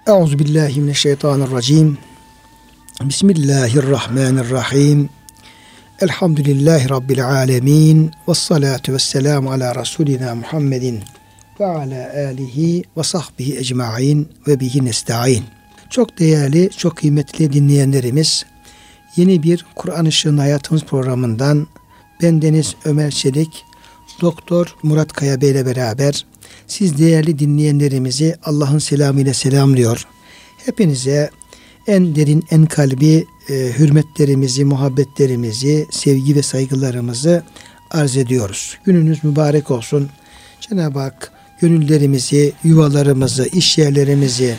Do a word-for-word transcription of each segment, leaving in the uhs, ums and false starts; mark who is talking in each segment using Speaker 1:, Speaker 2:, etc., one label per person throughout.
Speaker 1: Euzubillahimineşşeytanirracim. Bismillahirrahmanirrahim. Elhamdülillahi Rabbil alemin. Vessalatu vesselamu ala Resulina Muhammedin ve ala alihi ve sahbihi ecma'in ve bihi nesta'in. Çok değerli, çok kıymetli dinleyenlerimiz, yeni bir Kur'an Işığında Hayatımız programından bendeniz Ömer Çelik, Doktor Murat Kaya Bey ile beraber siz değerli dinleyenlerimizi Allah'ın selamıyla selamlıyor. Hepinize en derin, en kalbi e, hürmetlerimizi, muhabbetlerimizi, sevgi ve saygılarımızı arz ediyoruz. Gününüz mübarek olsun. Cenab-ı Hak gönüllerimizi, yuvalarımızı, iş yerlerimizi,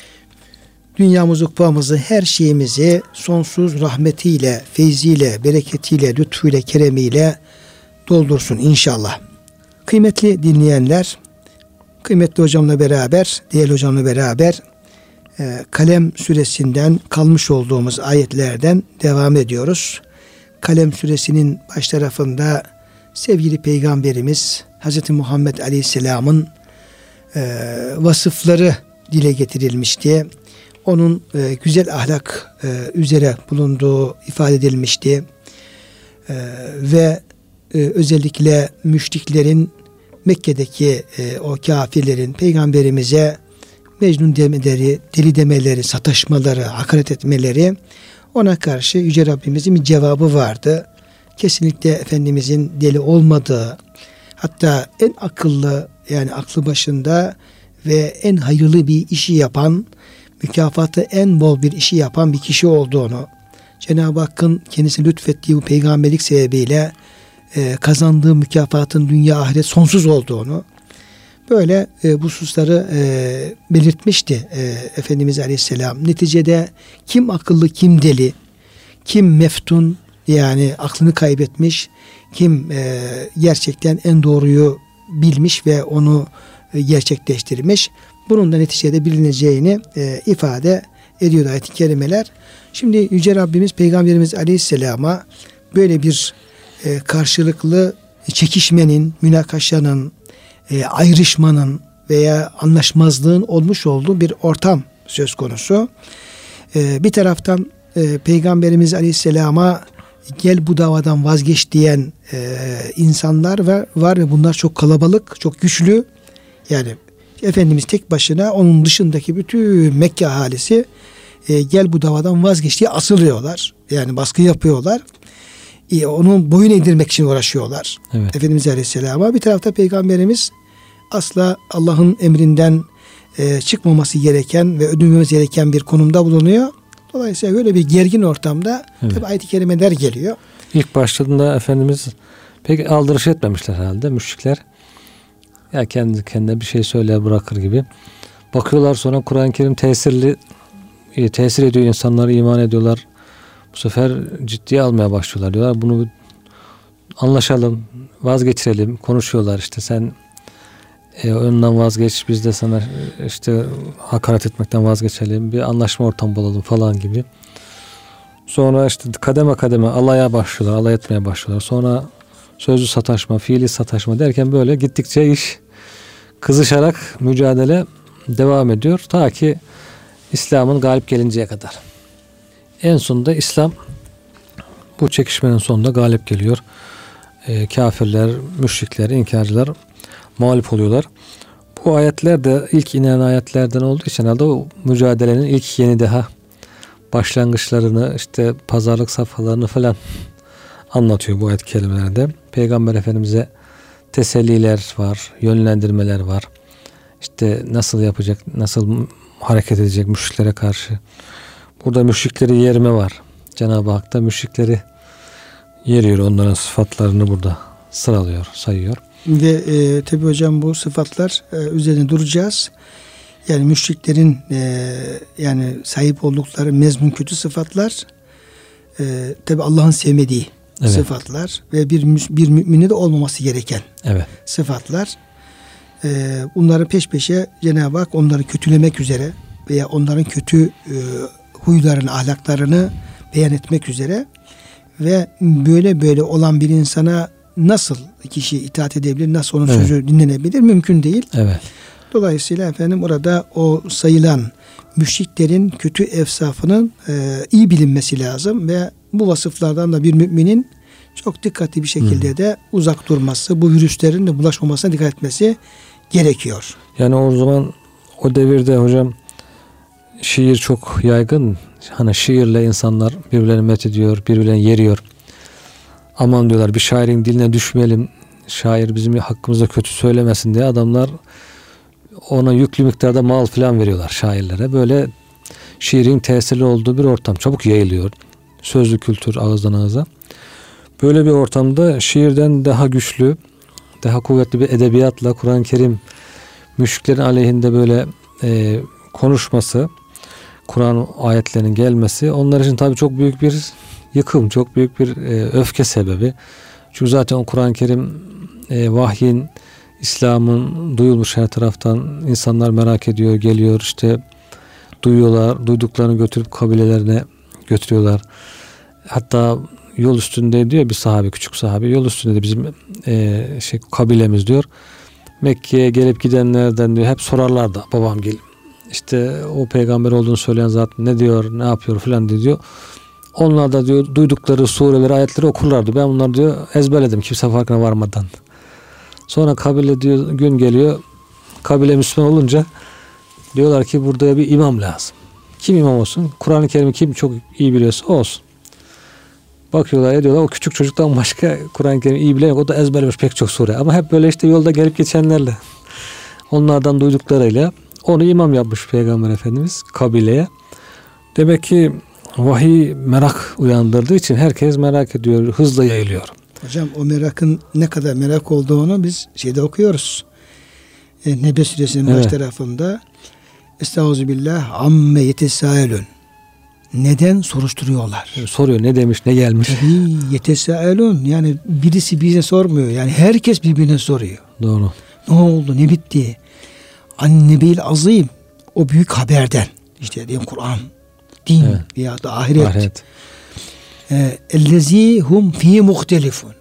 Speaker 1: dünyamızı, kupamızı, her şeyimizi sonsuz rahmetiyle, feyziyle, bereketiyle, lütfuyla, keremiyle doldursun inşallah. Kıymetli dinleyenler, kıymetli hocamla beraber, değerli hocamla beraber e, Kalem suresinden kalmış olduğumuz ayetlerden devam ediyoruz. Kalem suresinin baş tarafında sevgili Peygamberimiz Hazreti Muhammed Aleyhisselam'ın e, vasıfları dile getirilmişti. Onun e, güzel ahlak e, üzere bulunduğu ifade edilmişti. E, ve e, özellikle müşriklerin, Mekke'deki e, o kafirlerin Peygamberimize mecnun demeleri, deli demeleri, sataşmaları, hakaret etmeleri, ona karşı Yüce Rabbimizin bir cevabı vardı. Kesinlikle Efendimizin deli olmadığı, hatta en akıllı, yani aklı başında ve en hayırlı bir işi yapan, mükafatı en bol bir işi yapan bir kişi olduğunu, Cenab-ı Hakk'ın kendisi lütfettiği bu peygamberlik sebebiyle e, kazandığı mükafatın dünya ahiret sonsuz olduğunu, böyle e, bu hususları e, belirtmişti e, Efendimiz Aleyhisselam. Neticede kim akıllı, kim deli, kim meftun, yani aklını kaybetmiş, kim e, gerçekten en doğruyu bilmiş ve onu e, gerçekleştirmiş, bunun da neticede bilineceğini e, ifade ediyor ayet-i kerimeler. Şimdi Yüce Rabbimiz Peygamberimiz Aleyhisselam'a böyle bir e, karşılıklı çekişmenin, münakaşanın, e, ayrışmanın veya anlaşmazlığın olmuş olduğu bir ortam söz konusu. E, bir taraftan e, Peygamberimiz Aleyhisselam'a gel bu davadan vazgeç diyen e, insanlar var, var ve bunlar çok kalabalık, çok güçlü. Yani Efendimiz tek başına, onun dışındaki bütün Mekke ahalisi e, gel bu davadan vazgeç diye asılıyorlar. Yani baskı yapıyorlar. E, onun boyun eğdirmek için uğraşıyorlar. Evet. Efendimiz Aleyhisselam'a. Bir tarafta Peygamberimiz asla Allah'ın emrinden e, çıkmaması gereken ve ödünmemiz gereken bir konumda bulunuyor. Dolayısıyla böyle bir gergin ortamda evet. tabi ayet-i kerimeler geliyor.
Speaker 2: İlk başladığında Efendimiz pek aldırış etmemişler herhalde müşrikler. Ya kendi kendine bir şey söyle bırakır gibi. Bakıyorlar sonra Kur'an-ı Kerim tesirli tesir ediyor, insanları iman ediyorlar. Bu sefer ciddiye almaya başlıyorlar. Diyorlar bunu anlaşalım, vazgeçirelim. Konuşuyorlar işte sen e, önünden vazgeç, biz de sana işte hakaret etmekten vazgeçelim. Bir anlaşma ortamı bulalım falan gibi. Sonra işte kademe kademe alaya başlıyorlar, alay etmeye başlıyorlar. Sonra sözlü sataşma, fiili sataşma derken böyle gittikçe iş kızışarak mücadele devam ediyor. Ta ki İslam'ın galip gelinceye kadar. En sonunda İslam bu çekişmenin sonunda galip geliyor. E, kafirler, müşrikler, inkarcılar mağlup oluyorlar. Bu ayetler de ilk inen ayetlerden olduğu için herhalde o mücadelenin ilk yeni daha başlangıçlarını, işte pazarlık safhalarını falan anlatıyor bu ayet kelimelerde. Peygamber Efendimiz'e teselliler var, yönlendirmeler var. İşte nasıl yapacak, nasıl hareket edecek müşriklere karşı. Burada müşrikleri yerme var. Cenab-ı Hak da müşrikleri yeriyor, onların sıfatlarını burada sıralıyor, sayıyor.
Speaker 1: Ve e, tabi hocam bu sıfatlar e, üzerine duracağız. Yani müşriklerin e, yani sahip oldukları mezmun kötü sıfatlar e, tabi Allah'ın sevmediği evet. sıfatlar ve bir bir mümine de olmaması gereken evet. sıfatlar. E, bunları peş peşe Cenab-ı Hak onları kötülemek üzere veya onların kötü e, huylarını, ahlaklarını beyan etmek üzere ve böyle böyle olan bir insana nasıl kişi itaat edebilir, nasıl onun evet. sözü dinlenebilir? Mümkün değil.
Speaker 2: Evet.
Speaker 1: Dolayısıyla efendim orada o sayılan müşriklerin kötü evsafının e, iyi bilinmesi lazım ve bu vasıflardan da bir müminin çok dikkatli bir şekilde hmm. de uzak durması, bu virüslerin de bulaşmamasına dikkat etmesi gerekiyor.
Speaker 2: Yani o zaman o devirde hocam şiir çok yaygın. Hani şiirle insanlar birbirlerini methediyor, birbirlerini yeriyor. Aman diyorlar bir şairin diline düşmeyelim. Şair bizim hakkımızda kötü söylemesin diye adamlar ona yüklü miktarda mal falan veriyorlar şairlere. Böyle şiirin tesirli olduğu bir ortam çabuk yayılıyor. Sözlü kültür ağızdan ağıza. Böyle bir ortamda şiirden daha güçlü, daha kuvvetli bir edebiyatla Kur'an-ı Kerim müşriklerin aleyhinde böyle e, konuşması, Kur'an ayetlerinin gelmesi onlar için tabii çok büyük bir yıkım, çok büyük bir e, öfke sebebi. Çünkü zaten o Kur'an-ı Kerim e, vahyin, İslam'ın duyulmuş her taraftan, insanlar merak ediyor, geliyor işte duyuyorlar, duyduklarını götürüp kabilelerine götürüyorlar. Hatta yol üstünde diyor bir sahabe, küçük sahabe, yol üstünde de bizim e, şey kabilemiz diyor. Mekke'ye gelip gidenlerden diyor hep sorarlar da babam gel. İşte o peygamber olduğunu söyleyen zat ne diyor, ne yapıyor falan diyor. Onlar da diyor duydukları sureleri, ayetleri okurlardı. Ben bunları diyor ezberledim kimse farkına varmadan. Sonra kabile diyor gün geliyor. Kabile Müslüman olunca diyorlar ki burada bir imam lazım. Kim imam olsun? Kur'an-ı Kerim'i kim çok iyi biliyorsa olsun. Bakıyorlar ediyorlar o küçük çocuktan başka Kur'an-ı Kerim'i iyi bilen yok. O da ezberlemiş pek çok sure. Ama hep böyle işte yolda gelip geçenlerle onlardan duyduklarıyla onu imam yapmış Peygamber Efendimiz kabileye. Demek ki vahiy merak uyandırdığı için herkes merak ediyor. Hızla yayılıyor.
Speaker 1: Hocam o merakın ne kadar merak olduğunu biz şeyde okuyoruz. E, Nebe Suresinin evet. baş tarafında Estağfirullah amme yetesâelun. Neden soruşturuyorlar?
Speaker 2: Yani soruyor ne demiş, ne gelmiş.
Speaker 1: Tabii yetesâelun. Yani birisi bize sormuyor. Yani herkes birbirine soruyor.
Speaker 2: Doğru.
Speaker 1: Ne oldu, ne bitti? Annebil azim. O büyük haberden. İşte diyelim Kur'an, din evet. veya da ahiret. ahiret. Ellezî hum fî muhtelifun.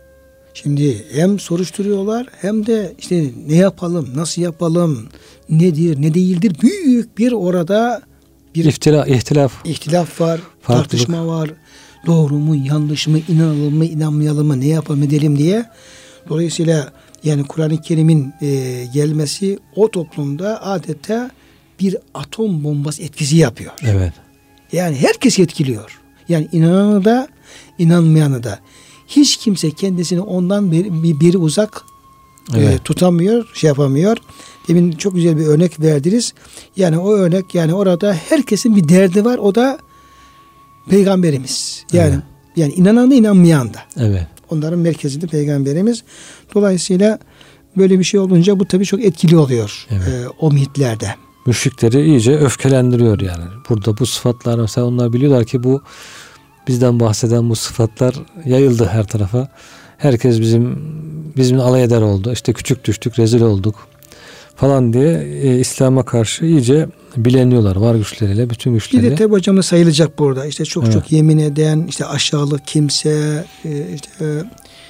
Speaker 1: Şimdi hem soruşturuyorlar hem de işte ne yapalım, nasıl yapalım, nedir, ne değildir. Büyük bir orada bir
Speaker 2: İftila, ihtilaf.
Speaker 1: ihtilaf var,
Speaker 2: Farklılık.
Speaker 1: tartışma var. Doğru mu, yanlış mı, inanalım mı, inanmayalım mı, ne yapalım edelim diye. Dolayısıyla yani Kur'an-ı Kerim'in e, gelmesi o toplumda adeta bir atom bombası etkisi yapıyor.
Speaker 2: Evet.
Speaker 1: Yani herkes etkiliyor. Yani inananı da inanmayanı da. Hiç kimse kendisini ondan bir, bir, biri uzak evet. e, tutamıyor, şey yapamıyor. Demin çok güzel bir örnek verdiniz. Yani o örnek yani orada herkesin bir derdi var. O da Peygamberimiz. Yani evet. yani inanan da inanmayan da.
Speaker 2: Evet.
Speaker 1: Onların merkezinde Peygamberimiz. Dolayısıyla böyle bir şey olunca bu tabii çok etkili oluyor evet. e, o mitlerde.
Speaker 2: Müşrikleri iyice öfkelendiriyor yani. Burada bu sıfatlar mesela onlar biliyorlar ki bu bizden bahseden bu sıfatlar yayıldı her tarafa. Herkes bizim bizimle alay eder oldu. İşte küçük düştük, rezil olduk falan diye e, İslam'a karşı iyice bileniyorlar var güçleriyle, bütün güçleriyle.
Speaker 1: Bir de tabi hocam sayılacak burada. İşte çok evet. çok yemin eden, işte aşağılık kimse, e, işte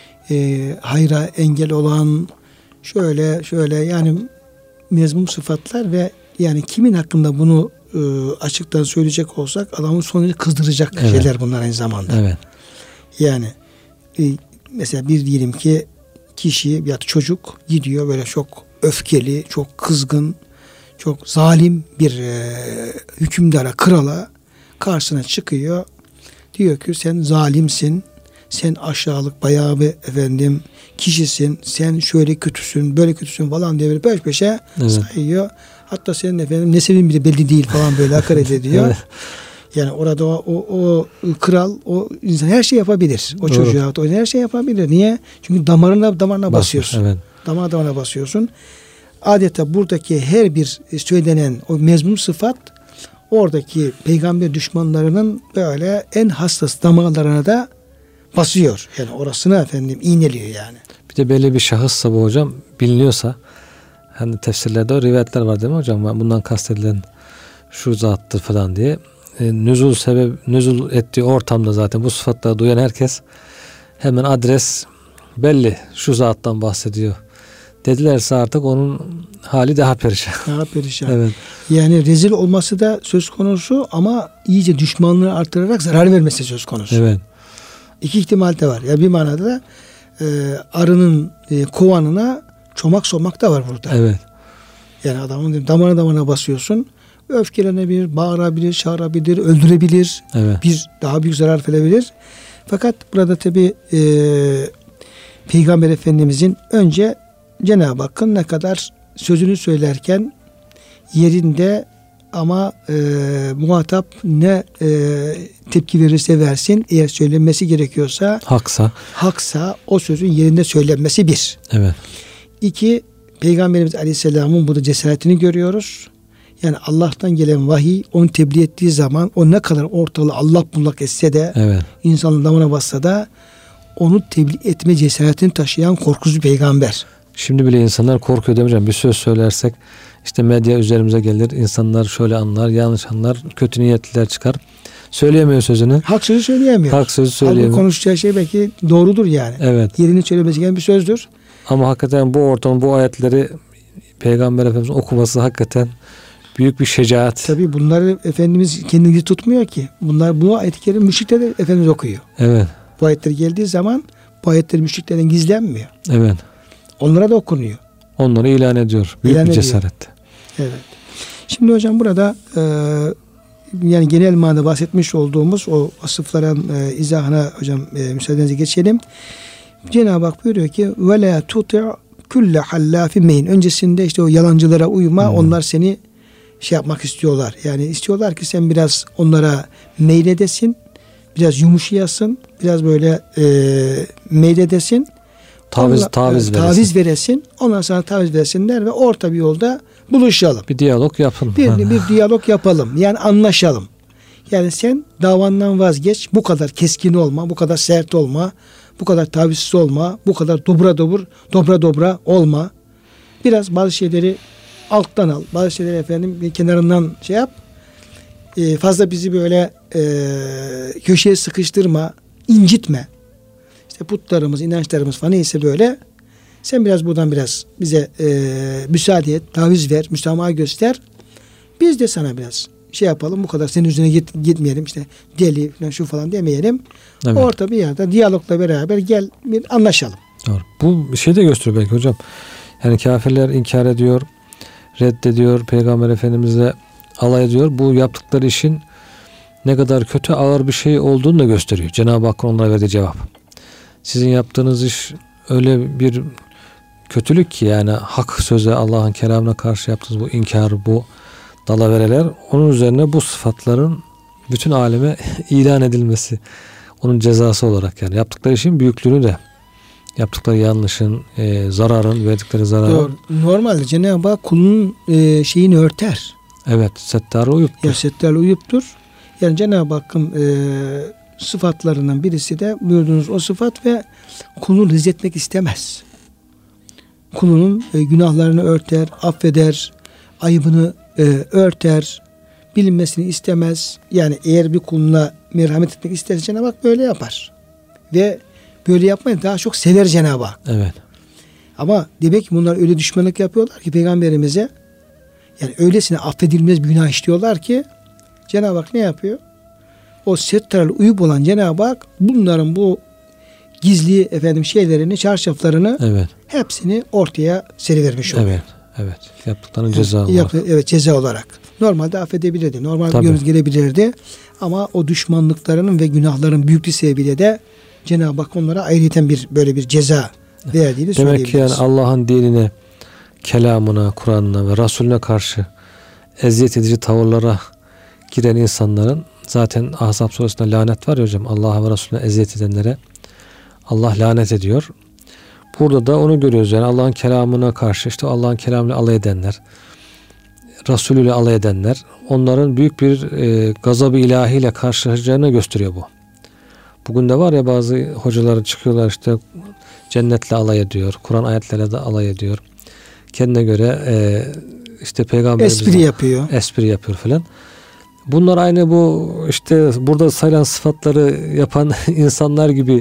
Speaker 1: e, hayra engel olan, şöyle şöyle yani mezmum sıfatlar ve yani kimin hakkında bunu e, açıktan söyleyecek olsak adamın sonunu kızdıracak evet. şeyler bunlar aynı zamanda.
Speaker 2: Evet.
Speaker 1: Yani e, mesela bir diyelim ki kişi ya çocuk gidiyor böyle çok öfkeli, çok kızgın, çok zalim bir e, hükümdara, krala karşısına çıkıyor. Diyor ki sen zalimsin, sen aşağılık bayağı bir efendim kişisin, sen şöyle kötüsün, böyle kötüsün falan diye böyle peş peşe evet. sayıyor. Hatta senin efendim nesebin bile belli değil falan böyle hakaret ediyor. Evet. Yani orada o, o, o kral, o insan her şey yapabilir. O çocuğa o her şey yapabilir. Niye? Çünkü damarına damarına basıyorsun. Evet. Damar damarına basıyorsun. Adeta buradaki her bir söylenen o mezmum sıfat oradaki peygamber düşmanlarının böyle en hassas damarlarına da basıyor. Yani orasını efendim iğneliyor yani. Bir
Speaker 2: de belli bir şahıssa bu hocam biliniyorsa hani tefsirlerde o rivayetler var değil mi hocam? Bundan kastedilen şu zattır falan diye. E, nüzul sebep nüzul ettiği ortamda zaten bu sıfatları duyan herkes hemen adres belli. Şu zattan bahsediyor. Dedilerse artık onun hali daha perişan.
Speaker 1: Daha perişan.
Speaker 2: Evet.
Speaker 1: Yani rezil olması da söz konusu ama iyice düşmanlığı artırarak zarar vermesi söz konusu.
Speaker 2: Evet.
Speaker 1: İki ihtimal de var. Ya bir manada da e, arının e, kovanına çomak sokmak da var burada.
Speaker 2: Evet.
Speaker 1: Yani adamın damana damana basıyorsun. Öfkelenebilir, bağırabilir, çağırabilir, öldürebilir.
Speaker 2: Evet.
Speaker 1: Bir daha büyük zarar verebilir. Fakat burada tabi e, Peygamber Efendimizin önce Cenab-ı Hakk'ın ne kadar sözünü söylerken yerinde ama e, muhatap ne e, tepki verirse versin, eğer söylenmesi gerekiyorsa,
Speaker 2: Haksa.
Speaker 1: haksa o sözün yerinde söylenmesi bir.
Speaker 2: Evet.
Speaker 1: İki, Peygamberimiz Aleyhisselam'ın burada cesaretini görüyoruz. Yani Allah'tan gelen vahiy onu tebliğ ettiği zaman o ne kadar ortalığı allak bullak etse de,
Speaker 2: Evet.
Speaker 1: insanın damına bassa da onu tebliğ etme cesaretini taşıyan korkusuz bir peygamber.
Speaker 2: Şimdi bile insanlar korkuyor demeyeceğim. Bir söz söylersek işte medya üzerimize gelir. İnsanlar şöyle anlar, yanlış anlar, kötü niyetliler çıkar. Söyleyemiyor sözünü.
Speaker 1: Hak sözü söyleyemiyor.
Speaker 2: Hak sözü
Speaker 1: Halbuki
Speaker 2: söyleyemiyor.
Speaker 1: konuşacağı şey belki doğrudur yani.
Speaker 2: Evet.
Speaker 1: Yerini söylemesi gereken bir sözdür.
Speaker 2: Ama hakikaten bu ortam, bu ayetleri Peygamber Efendimiz'in okuması hakikaten büyük bir şecaat.
Speaker 1: Tabii bunları Efendimiz kendisi tutmuyor ki. Bunlar bu ayet-i kerime müşrikler de Efendimiz okuyor.
Speaker 2: Evet.
Speaker 1: Bu ayetler geldiği zaman bu ayetler müşriklerden gizlenmiyor.
Speaker 2: Evet.
Speaker 1: Onlara da okunuyor.
Speaker 2: Onları ilan ediyor. Büyük
Speaker 1: İlan
Speaker 2: bir
Speaker 1: ediyor.
Speaker 2: cesaret.
Speaker 1: Evet. Şimdi hocam burada e, yani genel manada bahsetmiş olduğumuz o vasıfların e, izahına hocam e, müsaadenizle geçelim. Cenab-ı Hak buyuruyor ki ve la tuti' kulle hallafin mehin. Öncesinde işte o yalancılara uyma. Hmm. Onlar seni şey yapmak istiyorlar. Yani istiyorlar ki sen biraz onlara meyledesin. Biraz yumuşayasın. Biraz böyle e, meyledesin.
Speaker 2: Taviz,
Speaker 1: Onla,
Speaker 2: taviz
Speaker 1: e,
Speaker 2: veresin.
Speaker 1: Taviz veresin. Ondan sonra taviz versinler ve orta bir yolda buluşalım.
Speaker 2: Bir diyalog yapın.
Speaker 1: Bir, bir diyalog yapalım. Yani anlaşalım. Yani sen davandan vazgeç. Bu kadar keskin olma. Bu kadar sert olma. Bu kadar tavizsiz olma. Bu kadar dobra dobur, dobra dobra olma. Biraz bazı şeyleri alttan al. Bazı şeyleri efendim bir kenarından şey yap. Ee, fazla bizi böyle e, köşeye sıkıştırma. İncitme. İşte putlarımız, inançlarımız falan neyse böyle. Sen biraz buradan biraz bize e, müsaade et. Taviz ver. Müsamaha göster. Biz de sana biraz şey yapalım. Bu kadar senin üzerine git, gitmeyelim. İşte deli falan şu falan demeyelim. Evet. Orta bir yerde diyalogla beraber gel bir anlaşalım.
Speaker 2: Doğru. Bu bir şey de gösteriyor belki hocam. Yani kafirler inkar ediyor, reddediyor, Peygamber Efendimiz'le alay ediyor. Bu yaptıkları işin ne kadar kötü, ağır bir şey olduğunu da gösteriyor. Cenab-ı Hakk'ın onlara verdiği cevap. Sizin yaptığınız iş öyle bir kötülük ki, yani hak söze, Allah'ın kelamına karşı yaptığınız bu inkar, bu dalavereler, onun üzerine bu sıfatların bütün aleme ilan edilmesi, onun cezası olarak, yani yaptıkları işin büyüklüğünü de, yaptıkları yanlışın, e, zararın, verdikleri zararın.
Speaker 1: Doğru. Normalde Cenab-ı Hak kulunun e, şeyini örter.
Speaker 2: Evet, settarı uyuptur.
Speaker 1: Ya settarı uyuptur. Yani Cenab-ı Hakk'ın e, sıfatlarından birisi de buyurduğunuz o sıfat ve kulun rezzetmek istemez. Kulunun e, günahlarını örter, affeder, ayıbını e, örter, bilinmesini istemez. Yani eğer bir kuluna merhamet etmek isterse Cenab-ı Hak böyle yapar. Ve böyle yapmayı daha çok sever Cenab-ı Hak.
Speaker 2: Evet.
Speaker 1: Ama demek ki bunlar öyle düşmanlık yapıyorlar ki Peygamberimize, yani öylesine affedilmez bir günah işliyorlar ki Cenab-ı Hak ne yapıyor? O settarlı uyup olan Cenab-ı Hak bunların bu gizli efendim şeylerini, çarşaflarını, evet, hepsini ortaya serivermiş oluyor.
Speaker 2: Evet. Evet. Yaptıklarının ceza olarak.
Speaker 1: Yap, evet, ceza olarak. Normalde affedebilirdi. Normalde gönül gelebilirdi. Ama o düşmanlıklarının ve günahların büyüklüğü sebebiyle de Cenab-ı Hak onlara ayrıyeten bir böyle bir ceza verdiğini söyleyebiliriz.
Speaker 2: Demek ki yani Allah'ın dinine, kelamına, Kur'an'ına ve Resulüne karşı eziyet edici tavırlara giren insanların, zaten Ahzab suresinde lanet var ya hocam, Allah'a ve Resulüne eziyet edenlere Allah lanet ediyor. Burada da onu görüyoruz, yani Allah'ın kelamına karşı, işte Allah'ın kelamıyla alay edenler, Resulüyle alay edenler, onların büyük bir e, gazab-ı ilahiyle karşılaşacağını gösteriyor bu. Bugün de var ya, bazı hocalar çıkıyorlar, işte cennetle alay ediyor, Kur'an ayetlerle de alay ediyor. Kendine göre e, işte peygamberimiz
Speaker 1: espri yapıyor.
Speaker 2: Espri yapıyor falan. Bunlar aynı bu işte burada sayılan sıfatları yapan insanlar gibi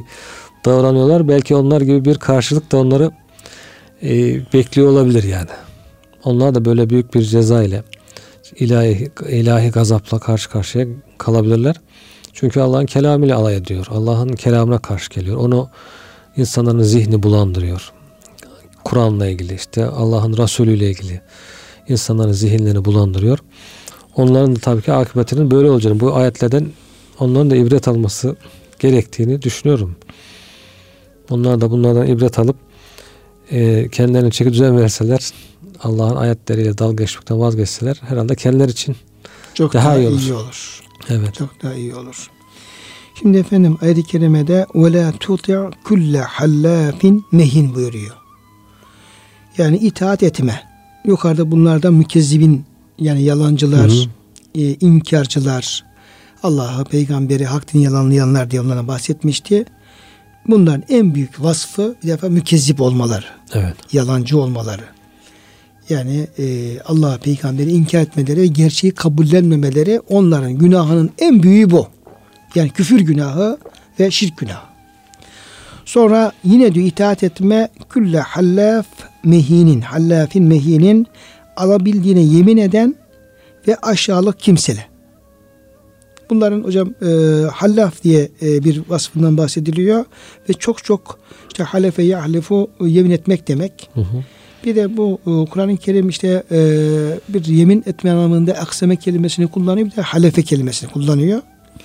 Speaker 2: davranıyorlar. Belki onlar gibi bir karşılık da onları e, bekliyor olabilir yani. onlar da böyle büyük bir ceza ile ilahi, ilahi gazapla karşı karşıya kalabilirler. Çünkü Allah'ın kelamıyla alay ediyor. Allah'ın kelamına karşı geliyor. Onu insanların zihni bulandırıyor. Kur'an'la ilgili, işte Allah'ın Resulü ile ilgili insanların zihinlerini bulandırıyor. Onların da tabii ki akıbetinin böyle olacağını, bu ayetlerden onların da ibret alması gerektiğini düşünüyorum. Onlar da bunlardan ibret alıp e, kendilerine çeki düzen verseler, Allah'ın ayetleriyle dalga geçmekten vazgeçseler herhalde kendileri için
Speaker 1: çok
Speaker 2: daha,
Speaker 1: daha
Speaker 2: iyi olur.
Speaker 1: iyi olur.
Speaker 2: Evet.
Speaker 1: Çok daha iyi olur. Şimdi efendim ayet-i kerimede وَلَا تُطِعْ كُلَّ حَلَّافٍ mehin buyuruyor. Yani itaat etme. Yukarıda bunlardan mükezzibin, yani yalancılar, hı hı. E, inkarcılar, Allah'ı, peygamberi, hak dini yalanlayanlar diye onlardan bahsetmişti. Bunların en büyük vasfı bir defa mükezzip olmaları.
Speaker 2: Evet.
Speaker 1: Yalancı olmaları. Yani e, Allah'ı, peygamberi inkar etmeleri ve gerçeği kabullenmemeleri, onların günahının en büyüğü bu. Yani küfür günahı ve şirk günahı. Sonra yine diyor itaat etme külle hallaf mehinin, hallafin mehinin, alabildiğine yemin eden ve aşağılık kimsele. Bunların hocam e, hallaf diye e, bir vasfından bahsediliyor ve çok çok işte halefe yahlefu yemin etmek demek. Hı hı. Bir de bu e, Kur'an-ı Kerim işte e, bir yemin etme anlamında akseme kelimesini kullanıyor, bir de halefe kelimesini kullanıyor.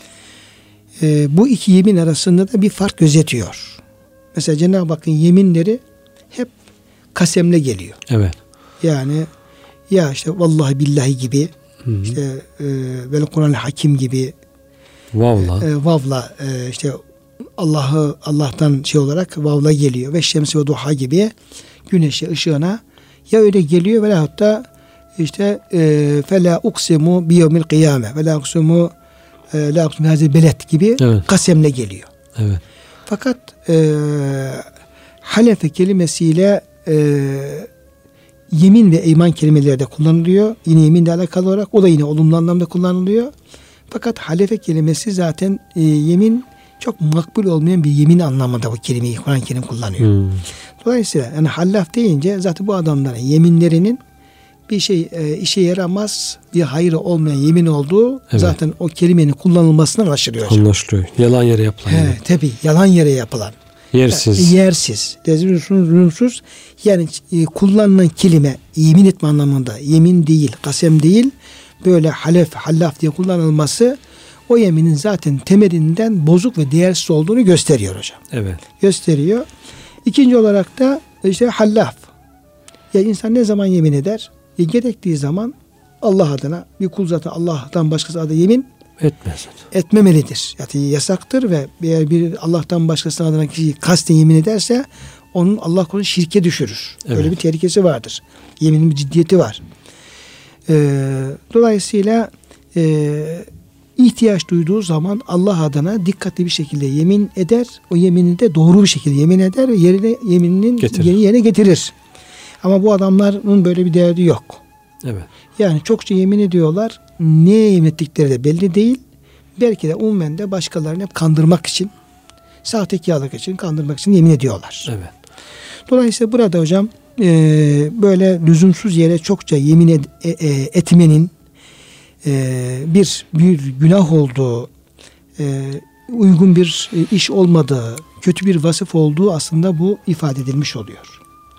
Speaker 1: E, bu iki yemin arasında da bir fark gözetiyor. Mesela Cenab-ı Hakk'ın yeminleri hep kasemle geliyor.
Speaker 2: Evet.
Speaker 1: Yani ya işte vallahi billahi gibi, hı-hı. işte e, vel Kur'an-ı Hakim gibi,
Speaker 2: vavla,
Speaker 1: e, vavla e, işte Allah'ı Allah'tan şey olarak vavla geliyor ve şemsi ve duha gibi güneşe, ışığına ya öyle geliyor veyahut da işte e, fela uksimu bi yevmil kıyame ve la uksimu e, la uksimu hazil beled gibi, evet. Kasemle geliyor.
Speaker 2: Evet.
Speaker 1: Fakat e, halefe kelimesiyle e, yemin ve eyman kelimeleri de kullanılıyor. Yine yeminle alakalı olarak o da yine olumlu anlamda kullanılıyor. Fakat halefe kelimesi zaten e, yemin çok makbul olmayan bir yemin anlamında bu kelimeyi Kur'an-ı Kerim kullanıyor. Hmm. Dolayısıyla yani hallaf deyince zaten bu adamların yeminlerinin bir şey e, işe yaramaz, bir hayrı olmayan yemin olduğu, evet. Zaten o kelimenin kullanılmasından anlaşılıyor.
Speaker 2: Anlaşılıyor. Yalan yere yapılan.
Speaker 1: He, tabii yalan yere yapılan.
Speaker 2: Yersiz.
Speaker 1: Yani, yersiz. Lüzumsuz. Yani e, kullanılan kelime yemin etme anlamında, yemin değil, kasem değil, böyle halef, hallaf diye kullanılması o yeminin zaten temelinden bozuk ve değersiz olduğunu gösteriyor hocam.
Speaker 2: Evet.
Speaker 1: Gösteriyor. İkinci olarak da işte hallaf. Ya insan ne zaman yemin eder? E, gerektiği zaman Allah adına, bir kul zaten Allah'tan başkası adına yemin
Speaker 2: etmez.
Speaker 1: Etmemelidir. Yani yasaktır ve eğer bir Allah'tan başkası adına kişi kasten yemin ederse onun Allah korusun şirke düşürür. Evet. Öyle bir tehlikesi vardır. Yeminin bir ciddiyeti var. Ee, dolayısıyla e, ihtiyaç duyduğu zaman Allah adına dikkatli bir şekilde yemin eder. O yemini de doğru bir şekilde yemin eder ve yerine yemininin yeni yerine getirir. Ama bu adamların böyle bir derdi yok.
Speaker 2: Evet.
Speaker 1: Yani çokça yemin ediyorlar. Neye yemin ettikleri de belli değil. Belki de umumen de başkalarını hep kandırmak için, sahtekarlık için, kandırmak için yemin ediyorlar.
Speaker 2: Evet.
Speaker 1: Dolayısıyla burada hocam e, böyle lüzumsuz yere çokça yemin ed, e, e, etmenin e, bir bir günah olduğu, e, uygun bir iş olmadığı, kötü bir vasıf olduğu aslında bu ifade edilmiş oluyor.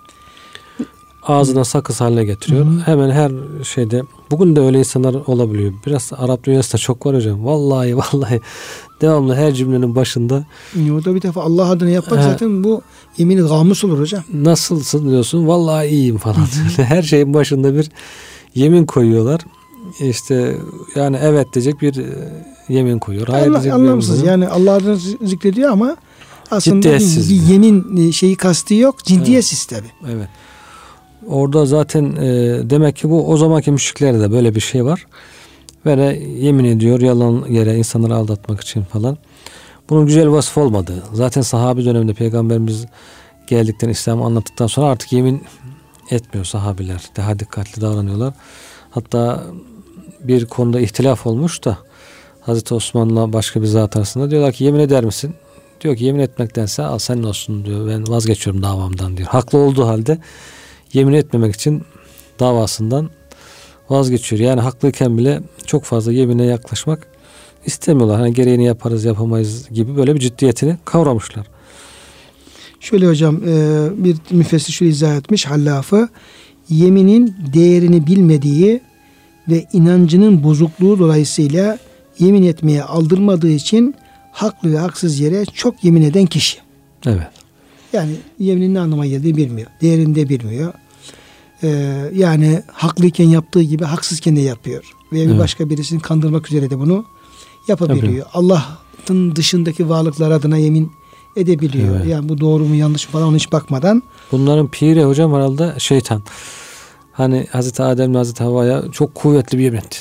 Speaker 2: Ağzına sakız haline getiriyor. Hı-hı. Hemen her şeyde. Bugün de öyle insanlar olabiliyor. Biraz Arap dünyası da çok var hocam. Vallahi vallahi devamlı her cümlenin başında.
Speaker 1: O da bir defa Allah adına yapmak He. zaten bu yemini gamus olur hocam.
Speaker 2: Nasılsın diyorsun. Vallahi iyiyim falan. Her şeyin başında bir yemin koyuyorlar. İşte yani evet diyecek bir yemin koyuyor. Hayır
Speaker 1: Allah,
Speaker 2: diyecek
Speaker 1: anlamsız.
Speaker 2: Bir
Speaker 1: yani Allah adına zikrediyor ama aslında bir, bir yemin şeyi kastı yok. Ciddiyetsiz
Speaker 2: evet.
Speaker 1: tabii.
Speaker 2: Evet. Orada zaten e, demek ki bu o zamanki müşriklerde de böyle bir şey var. Ve de yemin ediyor yalan yere insanları aldatmak için falan. Bunun güzel vasıf olmadığı. Zaten sahabi döneminde Peygamberimiz geldikten İslam'ı anlattıktan sonra artık yemin etmiyor sahabiler. Daha dikkatli davranıyorlar. Hatta bir konuda ihtilaf olmuş da Hazreti Osman'la başka bir zat arasında diyorlar ki yemin eder misin? Diyor ki yemin etmektense al senin olsun diyor. Ben vazgeçiyorum davamdan diyor. Haklı olduğu halde yemin etmemek için davasından vazgeçiyor. Yani haklıyken bile çok fazla yemine yaklaşmak istemiyorlar. Hani gereğini yaparız yapamayız gibi böyle bir ciddiyetini kavramışlar.
Speaker 1: Şöyle hocam e, bir müfessir şöyle izah etmiş Hallaf'ı. Yeminin değerini bilmediği ve inancının bozukluğu dolayısıyla yemin etmeye aldırmadığı için haklı ve haksız yere çok yemin eden kişi.
Speaker 2: Evet.
Speaker 1: Yani yeminin ne anlama geldiğini bilmiyor. Değerini de bilmiyor. Ee, yani haklıyken yaptığı gibi haksızken de yapıyor. Veya bir
Speaker 2: evet.
Speaker 1: başka birisini kandırmak üzere de bunu yapabiliyor. Tabii. Allah'ın dışındaki varlıklar adına yemin edebiliyor. Evet. Yani bu doğru mu yanlış mı falan ona hiç bakmadan.
Speaker 2: Bunların piri hocam herhalde şeytan. Hani Hazreti Adem'le Hazreti Havva'ya çok kuvvetli bir yemin etti.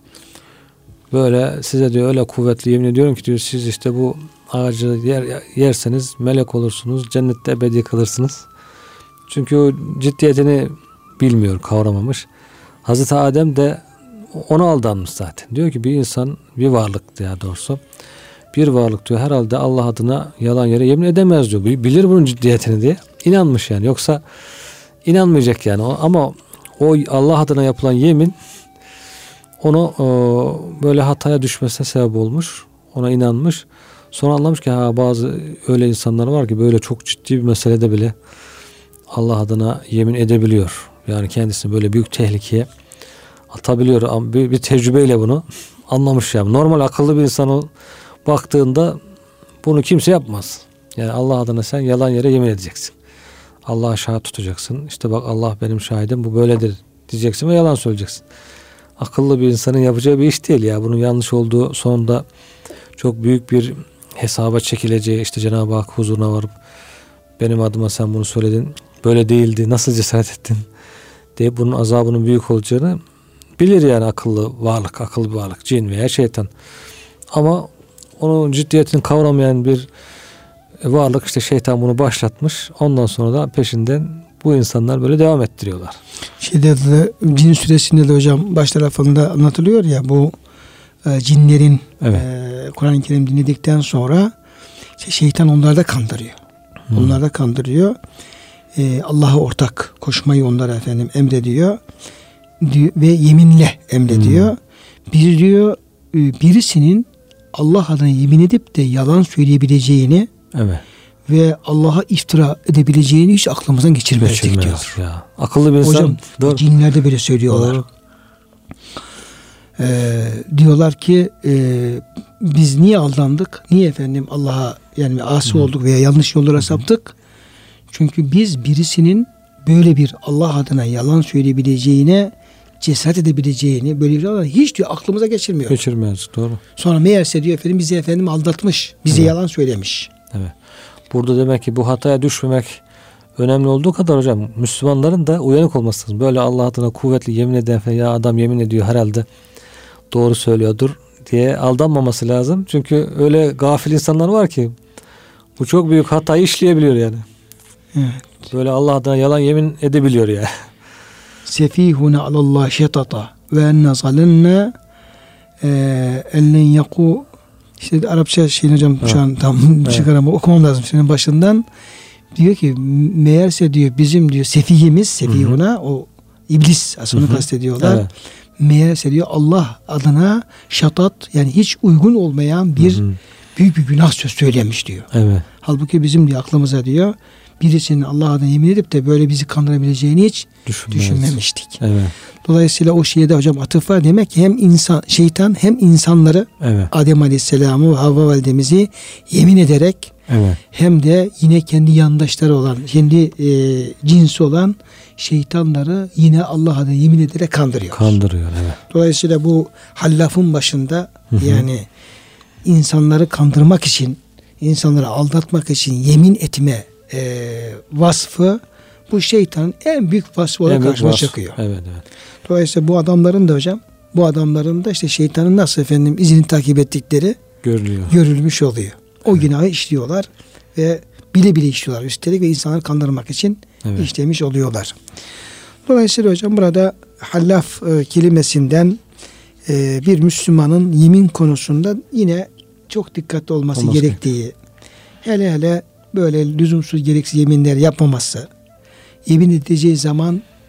Speaker 2: Böyle size diyor öyle kuvvetli yemin ediyorum ki diyor siz işte bu ağacı yer, yerseniz melek olursunuz. Cennette ebedi kalırsınız. Çünkü o ciddiyetini bilmiyor, kavramamış. Hazreti Adem de ona aldanmış zaten. Diyor ki bir insan, bir varlık daha doğrusu. Bir varlık diyor herhalde Allah adına yalan yere yemin edemez diyor. Bilir bunun ciddiyetini diye. İnanmış yani. Yoksa inanmayacak yani. Ama o Allah adına yapılan yemin onu o, böyle hataya düşmesine sebep olmuş. Ona inanmış. Sonra anlamış ki ha bazı öyle insanlar var ki böyle çok ciddi bir meselede bile Allah adına yemin edebiliyor. Yani kendisini böyle büyük tehlikeye atabiliyor. Ama bir, bir tecrübeyle bunu anlamış yani. Normal akıllı bir insan baktığında bunu kimse yapmaz. Yani Allah adına sen yalan yere yemin edeceksin. Allah'a şahit tutacaksın. İşte bak Allah benim şahidim bu böyledir diyeceksin ve yalan söyleyeceksin. Akıllı bir insanın yapacağı bir iş değil ya. Bunun yanlış olduğu sonunda çok büyük bir hesaba çekileceği, işte Cenab-ı Hak huzuruna varıp benim adıma sen bunu söyledin, böyle değildi, nasıl cesaret ettin diye bunun azabının büyük olacağını bilir yani akıllı varlık, akıllı bir varlık, cin veya şeytan. Ama onun ciddiyetini kavramayan bir varlık, işte şeytan bunu başlatmış. Ondan sonra da peşinden bu insanlar böyle devam ettiriyorlar.
Speaker 1: Şeyde de, Cin Suresi'nde de hocam baş tarafında anlatılıyor ya bu e, cinlerin evet. e, Kur'an-ı Kerim dinledikten sonra işte şeytan onları da kandırıyor. Hmm. Onları da kandırıyor. E, Allah'a ortak koşmayı onlara efendim emrediyor. Diyor, ve yeminle emrediyor. Hmm. Bir diyor e, birisinin Allah adına yemin edip de yalan söyleyebileceğini evet. ve Allah'a iftira edebileceğini hiç aklımızdan geçirmezdik diyor.
Speaker 2: Ya. Akıllı bir insan.
Speaker 1: Hocam doğru. Cinler de böyle söylüyorlar. Ee, diyorlar ki e, biz niye aldandık? Niye efendim Allah'a yani asi hmm. olduk veya yanlış yollara hmm. saptık? Çünkü biz birisinin böyle bir Allah adına yalan söyleyebileceğine cesaret edebileceğini böyle bir şey hiç diyor aklımıza geçirmiyor.
Speaker 2: Geçirmez doğru.
Speaker 1: Sonra meğerse diyor efendim bizi efendim aldatmış. Bize evet. yalan söylemiş.
Speaker 2: Evet. Burada demek ki bu hataya düşmemek önemli olduğu kadar hocam Müslümanların da uyanık olması lazım. Böyle Allah adına kuvvetli yemin eden falan ya adam yemin ediyor herhalde doğru söylüyordur diye aldanmaması lazım. Çünkü öyle gafil insanlar var ki bu çok büyük hatayı işleyebiliyor yani. Evet. Böyle Allah adına yalan yemin edebiliyor ya.
Speaker 1: Sefihune alallah şetata ve enne zalenna ellen yaku işte Arapça şeyin hocam evet. şu an tam evet. çıkaramam okumam lazım senin başından. Diyor ki meğerse diyor bizim diyor sefihimiz sefihuna o iblis aslında kastediyorlar. Evet. Meğerse diyor Allah adına şatat yani hiç uygun olmayan bir hı hı. büyük bir günah söz söylemiş diyor. Evet. Halbuki bizim diyor aklımıza diyor birisinin Allah adına yemin edip de böyle bizi kandırabileceğini hiç Düşünmez. düşünmemiştik. Evet. Dolayısıyla o şeye de hocam atıf var. Demek ki hem insan, şeytan hem insanları evet. Adem Aleyhisselam'ı ve Havva validemizi yemin ederek evet. hem de yine kendi yandaşları olan, kendi e, cinsi olan şeytanları yine Allah adına yemin ederek kandırıyor.
Speaker 2: Kandırıyor evet.
Speaker 1: Dolayısıyla bu Hallaf'ın başında hı hı. yani insanları kandırmak için, insanları aldatmak için yemin etme e, vasfı bu şeytanın en büyük vasfı olarak karşına vasf. çıkıyor. Evet, evet. Dolayısıyla bu adamların da hocam, bu adamların da işte şeytanın nasıl efendim izini takip ettikleri görülüyor. Görülmüş oluyor. O evet. günahı işliyorlar ve bile bile işliyorlar üstelik ve insanları kandırmak için evet. işlemiş oluyorlar. Dolayısıyla hocam burada hallaf e, kelimesinden e, bir Müslümanın yemin konusunda yine çok dikkatli olması Olmaz gerektiği, ki. hele hele böyle lüzumsuz gereksiz yeminler yapmaması, yemin edeceği zaman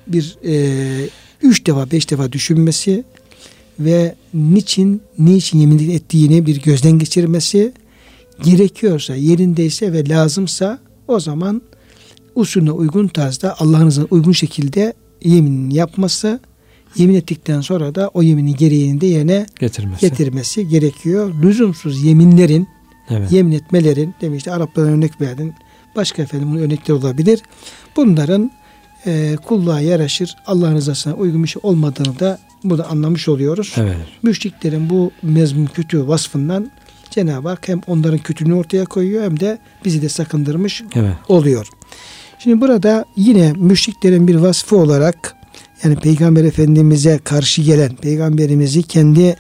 Speaker 1: bir e, üç defa beş defa düşünmesi ve niçin niçin yemin ettiğini bir gözden geçirmesi, gerekiyorsa, yerindeyse ve lazımsa o zaman usulüne uygun tarzda Allah'ın izniyle uygun şekilde yeminini yapması, yemin ettikten sonra da o yeminin gereğini de yerine
Speaker 2: getirmesi,
Speaker 1: getirmesi gerekiyor. Lüzumsuz yeminlerin,
Speaker 2: evet.
Speaker 1: yemin etmelerin, demişti Araplara örnek verdin. Başka efendim bunun örnekleri olabilir. Bunların e, kulluğa yaraşır, Allah'ın rızasına uygun bir şey olmadığını da burada anlamış oluyoruz.
Speaker 2: Evet.
Speaker 1: Müşriklerin bu mezmum kötü vasfından Cenab-ı Hak hem onların kötülüğünü ortaya koyuyor hem de bizi de sakındırmış
Speaker 2: evet.
Speaker 1: oluyor. Şimdi burada yine müşriklerin bir vasfı olarak, yani Peygamber Efendimiz'e karşı gelen, Peygamberimizi kendi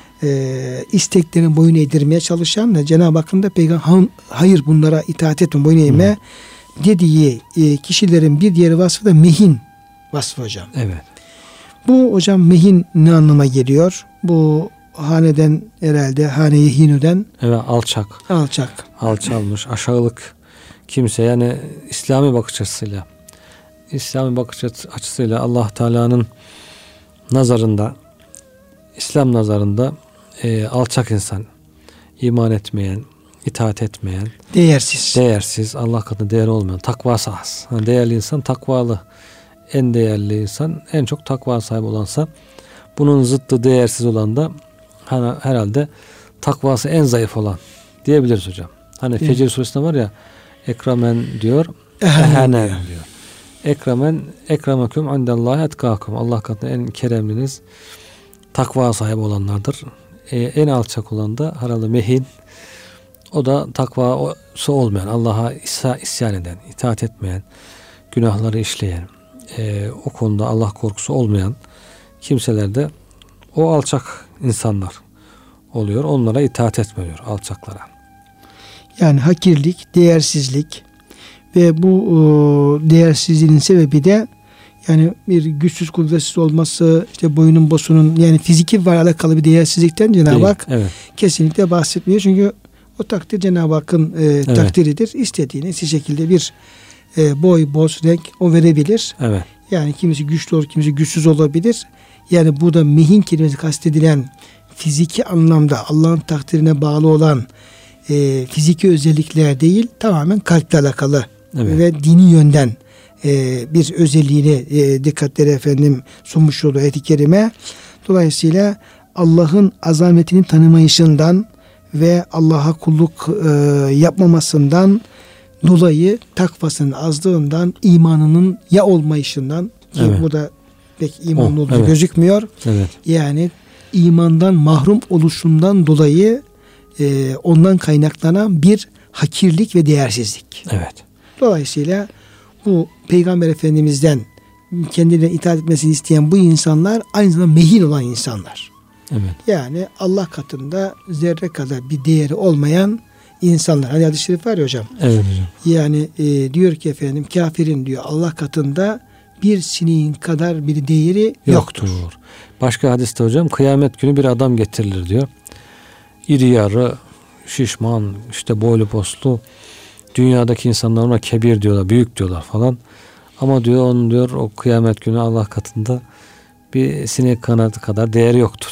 Speaker 1: e, isteklerin boyun eğdirmeye çalışan ve Cenab-ı Hakk'ın da Peygamber hayır bunlara itaat etme, boyun eğme hmm. dediği e, kişilerin bir diğer vasfı da mehin vasfı hocam.
Speaker 2: Evet.
Speaker 1: Bu hocam mehin ne anlama geliyor? Bu haneden herhalde hane-i hinüden
Speaker 2: evet, alçak.
Speaker 1: Alçak.
Speaker 2: Alçalmış, aşağılık kimse, yani İslami bakış açısıyla İslami bakış açısıyla Allah Teala'nın nazarında, İslam nazarında e, alçak insan, iman etmeyen, itaat etmeyen,
Speaker 1: değersiz.
Speaker 2: Değersiz, Allah katında değer olmayan, takvası az. Yani değerli insan takvalı. En değerli insan, en çok takva sahibi olansa, bunun zıttı değersiz olan da herhalde takvası en zayıf olan diyebiliriz hocam. Hani evet. Fecr suresinde var ya, ekramen diyor, ehanen diyor. Ekramen ekramakum indallahi etkakum. Allah katında en keremliniz takva sahibi olanlardır. Ee, en alçak olan da herhalde mehin. O da takvası olmayan, Allah'a isyan eden, itaat etmeyen, günahları işleyen, e, o konuda Allah korkusu olmayan kimseler de o alçak insanlar oluyor. Onlara itaat etmiyor, alçaklara.
Speaker 1: Yani hakirlik, değersizlik ve bu o, değersizliğin sebebi de yani bir güçsüz, kuvvetsiz olması, işte boyunun bosunun, yani fiziki var alakalı bir değersizlikten Cenab-ı Hak evet. kesinlikle bahsetmiyor. Çünkü o takdir Cenab-ı Hakk'ın e, evet. takdiridir. İstediğini istediği şekilde bir e, boy, boz, renk o verebilir.
Speaker 2: Evet.
Speaker 1: Yani kimisi güçlü olur, kimisi güçsüz olabilir. Yani burada mehin kelimesi kastedilen fiziki anlamda Allah'ın takdirine bağlı olan e, fiziki özellikler değil, tamamen kalple alakalı evet. ve dini yönden e, bir özelliğini e, dikkatleri efendim sunmuş olduğu ayet-i kerime. Dolayısıyla Allah'ın azametini tanımayışından ve Allah'a kulluk e, yapmamasından dolayı takvasının azlığından, imanının ya olmayışından ki evet. burada pek imanlı olduğu evet. gözükmüyor.
Speaker 2: Evet.
Speaker 1: Yani imandan mahrum oluşundan dolayı e, ondan kaynaklanan bir hakirlik ve değersizlik.
Speaker 2: Evet.
Speaker 1: Dolayısıyla bu Peygamber Efendimiz'den kendilerine itaat etmesini isteyen bu insanlar aynı zamanda mehin olan insanlar.
Speaker 2: Evet.
Speaker 1: Yani Allah katında zerre kadar bir değeri olmayan insanlar. Hani hadis-i şerif var ya hocam.
Speaker 2: Evet hocam.
Speaker 1: Yani e, diyor ki efendim kafirin diyor Allah katında bir sineğin kadar bir değeri yoktur. yoktur.
Speaker 2: Başka hadiste hocam kıyamet günü bir adam getirilir diyor. İri yarı, şişman, işte boylu poslu. Dünyadaki insanlar ona kebir diyorlar, büyük diyorlar falan. Ama diyor onun diyor o kıyamet günü Allah katında bir sinek kanadı kadar değeri yoktur.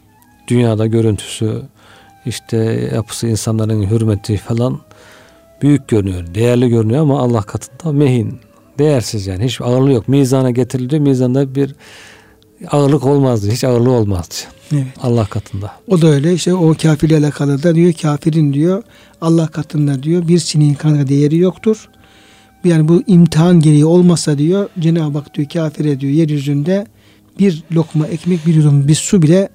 Speaker 2: Dünyada görüntüsü, işte yapısı, insanların hürmeti falan büyük görünüyor, değerli görünüyor ama Allah katında mehin, değersiz yani. Hiç ağırlığı yok. Mizana getirildi. Mizanda bir ağırlık olmazdı. Hiç ağırlığı olmazdı.
Speaker 1: Evet.
Speaker 2: Allah katında.
Speaker 1: O da öyle. İşte o kafirle alakalı da diyor kafirin diyor Allah katında diyor bir sineğin kadar değeri yoktur. Yani bu imtihan gereği olmasa diyor Cenab-ı Hak diyor kafire diyor yeryüzünde bir lokma ekmek, bir yudum bir su bile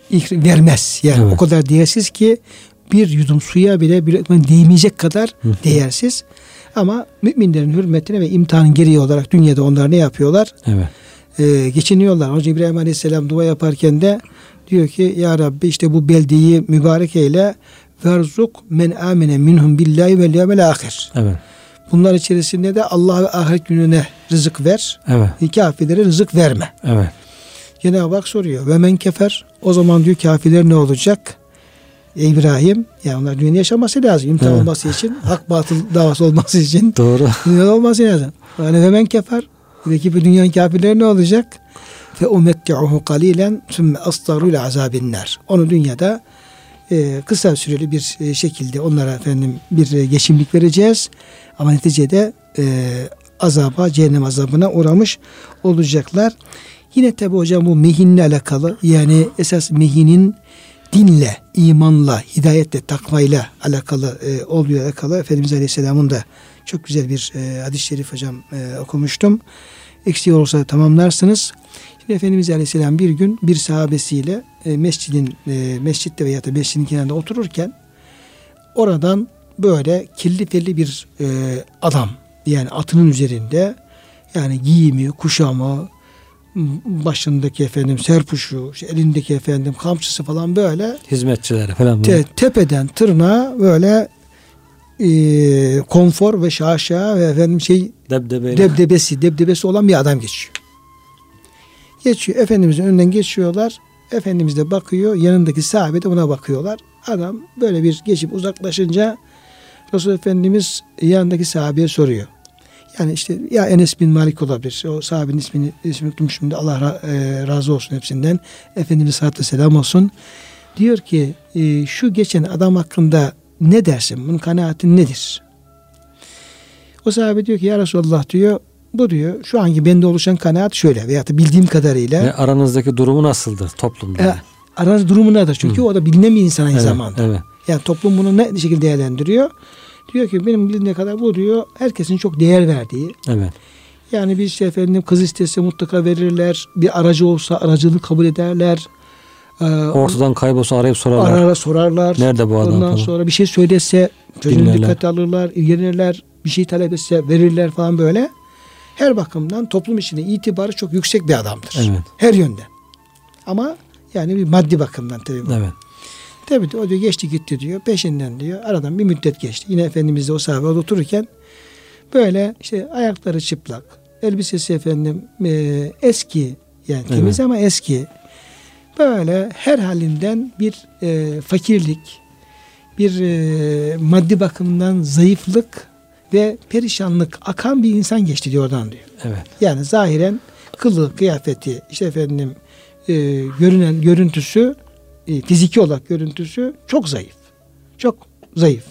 Speaker 1: vermez. Yani evet. o kadar değersiz ki bir yudum suya bile bir lokma değmeyecek kadar Hı. değersiz. Ama müminlerin hürmetine ve imtihanın gereği olarak dünyada onlar ne yapıyorlar?
Speaker 2: Evet.
Speaker 1: Ee, geçiniyorlar. Hocam İbrahim Aleyhisselam dua yaparken de diyor ki ya Rabbi işte bu beldeyi mübarek eyle verzuk men amene minhum billahi vel yevmel ahir.
Speaker 2: Evet.
Speaker 1: Bunlar içerisinde de Allah ve ahiret gününe rızık ver.
Speaker 2: Evet.
Speaker 1: Kafirlere rızık verme.
Speaker 2: Evet.
Speaker 1: Cenab-ı Hak soruyor. Ve men kefer. O zaman diyor kafirler ne olacak? Ey İbrahim. Yani onlar dünyada yaşaması lazım. İmtihan evet. olması için. Hak batıl davası olması için.
Speaker 2: Doğru.
Speaker 1: Dünyada olması lazım. Yani ve men kefer. Peki bu dünyanın kafirleri ne olacak? Fe umetti'uhu qalilen sümme astarul azabinnar. Onu dünyada e, kısa süreli bir e, şekilde onlara efendim bir e, geçimlik vereceğiz. Ama neticede e, azaba, cehennem azabına uğramış olacaklar. Yine tabi hocam bu mehinle alakalı, yani esas mehinin dinle, imanla, hidayetle, takvayla alakalı e, oluyor alakalı. Efendimiz Aleyhisselam'ın da çok güzel bir e, hadis-i şerif hocam e, okumuştum. Eksiği olursa tamamlarsınız. Şimdi Efendimiz Aleyhisselam bir gün bir sahabesiyle e, mescidin e, mescitte veya da mescidin kenarında otururken oradan böyle kirli felli bir e, adam, yani atının üzerinde, yani giyimi, kuşamı, başındaki efendim serpuşu, işte elindeki efendim kamçısı falan böyle
Speaker 2: hizmetçileri falan
Speaker 1: te, tepeden tırnağa böyle e, konfor ve şaşa ve efendim şey
Speaker 2: Debdebeyle.
Speaker 1: debdebesi debdebesi olan bir adam geçiyor. Geçiyor. Efendimizin önünden geçiyorlar. Efendimiz de bakıyor. Yanındaki sahabe de buna bakıyorlar. Adam böyle bir geçip uzaklaşınca Resul Efendimiz yanındaki sahabeye soruyor. Yani işte ya Enes bin Malik olabilir. O sahabenin ismini, ismini unuttum şimdi. Allah ra, e, razı olsun hepsinden. Efendimiz sallallahu aleyhi ve sellem olsun. Diyor ki e, şu geçen adam hakkında ne dersin? Bunun kanaatin nedir? O sahabe diyor ki ya Resulallah diyor, bu diyor şu anki bende oluşan kanaat şöyle veya da bildiğim kadarıyla.
Speaker 2: Ve aranızdaki durumu nasıldır toplumda? E,
Speaker 1: aranız durumu nedir? Çünkü Hı. o da bilinen bir insan aynı
Speaker 2: evet,
Speaker 1: zamanda. Evet. Yani toplum bunu ne şekilde değerlendiriyor? Diyor ki benim bildiğim kadar bu diyor herkesin çok değer verdiği.
Speaker 2: Evet.
Speaker 1: Yani bir şey efendim kız istese mutlaka verirler. Bir aracı olsa aracılığı kabul ederler. Ee,
Speaker 2: Ortadan kaybolsa arayıp sorarlar.
Speaker 1: Arara sorarlar.
Speaker 2: Nerede bu adam?
Speaker 1: Ondan
Speaker 2: falan.
Speaker 1: sonra bir şey söylese sözünü dikkate alırlar, ilgilenirler. Bir şey talep etse verirler falan böyle. Her bakımdan toplum içinde itibarı çok yüksek bir adamdır.
Speaker 2: Evet.
Speaker 1: Her yönden. Ama yani bir maddi bakımdan tabii.
Speaker 2: Evet.
Speaker 1: Tabii o diyor geçti gitti diyor. Peşinden diyor. Aradan bir müddet geçti. Yine Efendimiz de o sahabe otururken böyle işte ayakları çıplak. Elbisesi efendim e, eski, yani temiz evet. ama eski. Böyle her halinden bir e, fakirlik, bir e, maddi bakımdan zayıflık ve perişanlık akan bir insan geçti diyor oradan diyor.
Speaker 2: Evet.
Speaker 1: Yani zahiren kılığı, kıyafeti, işte efendim e, görünen görüntüsü, e, fiziki olarak görüntüsü çok zayıf. Çok zayıf.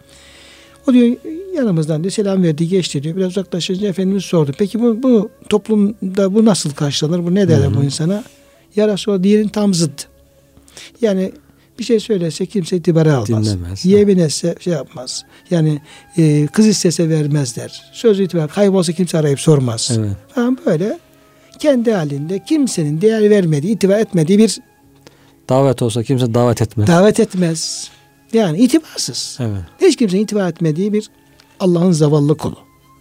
Speaker 1: O diyor yanımızdan diyor selam verdi geçti diyor. Biraz uzaklaşınca Efendimiz sordu. Peki bu, bu toplumda bu nasıl karşılanır? Bu ne derler bu insana? Ya Resulallah diğerinin tam zıddı. Yani bir şey söylese kimse itibara almaz.
Speaker 2: Dinlemez.
Speaker 1: Yeminetse şey yapmaz. Yani e, kız istese vermezler. Söz itibar kaybolsa kimse arayıp sormaz.
Speaker 2: Evet.
Speaker 1: Falan böyle kendi halinde kimsenin değer vermediği, itibar etmediği bir
Speaker 2: davet olsa kimse davet etmez.
Speaker 1: Davet etmez. Yani itibarsız.
Speaker 2: Evet.
Speaker 1: Hiç kimsenin itibar etmediği bir Allah'ın zavallı kulu.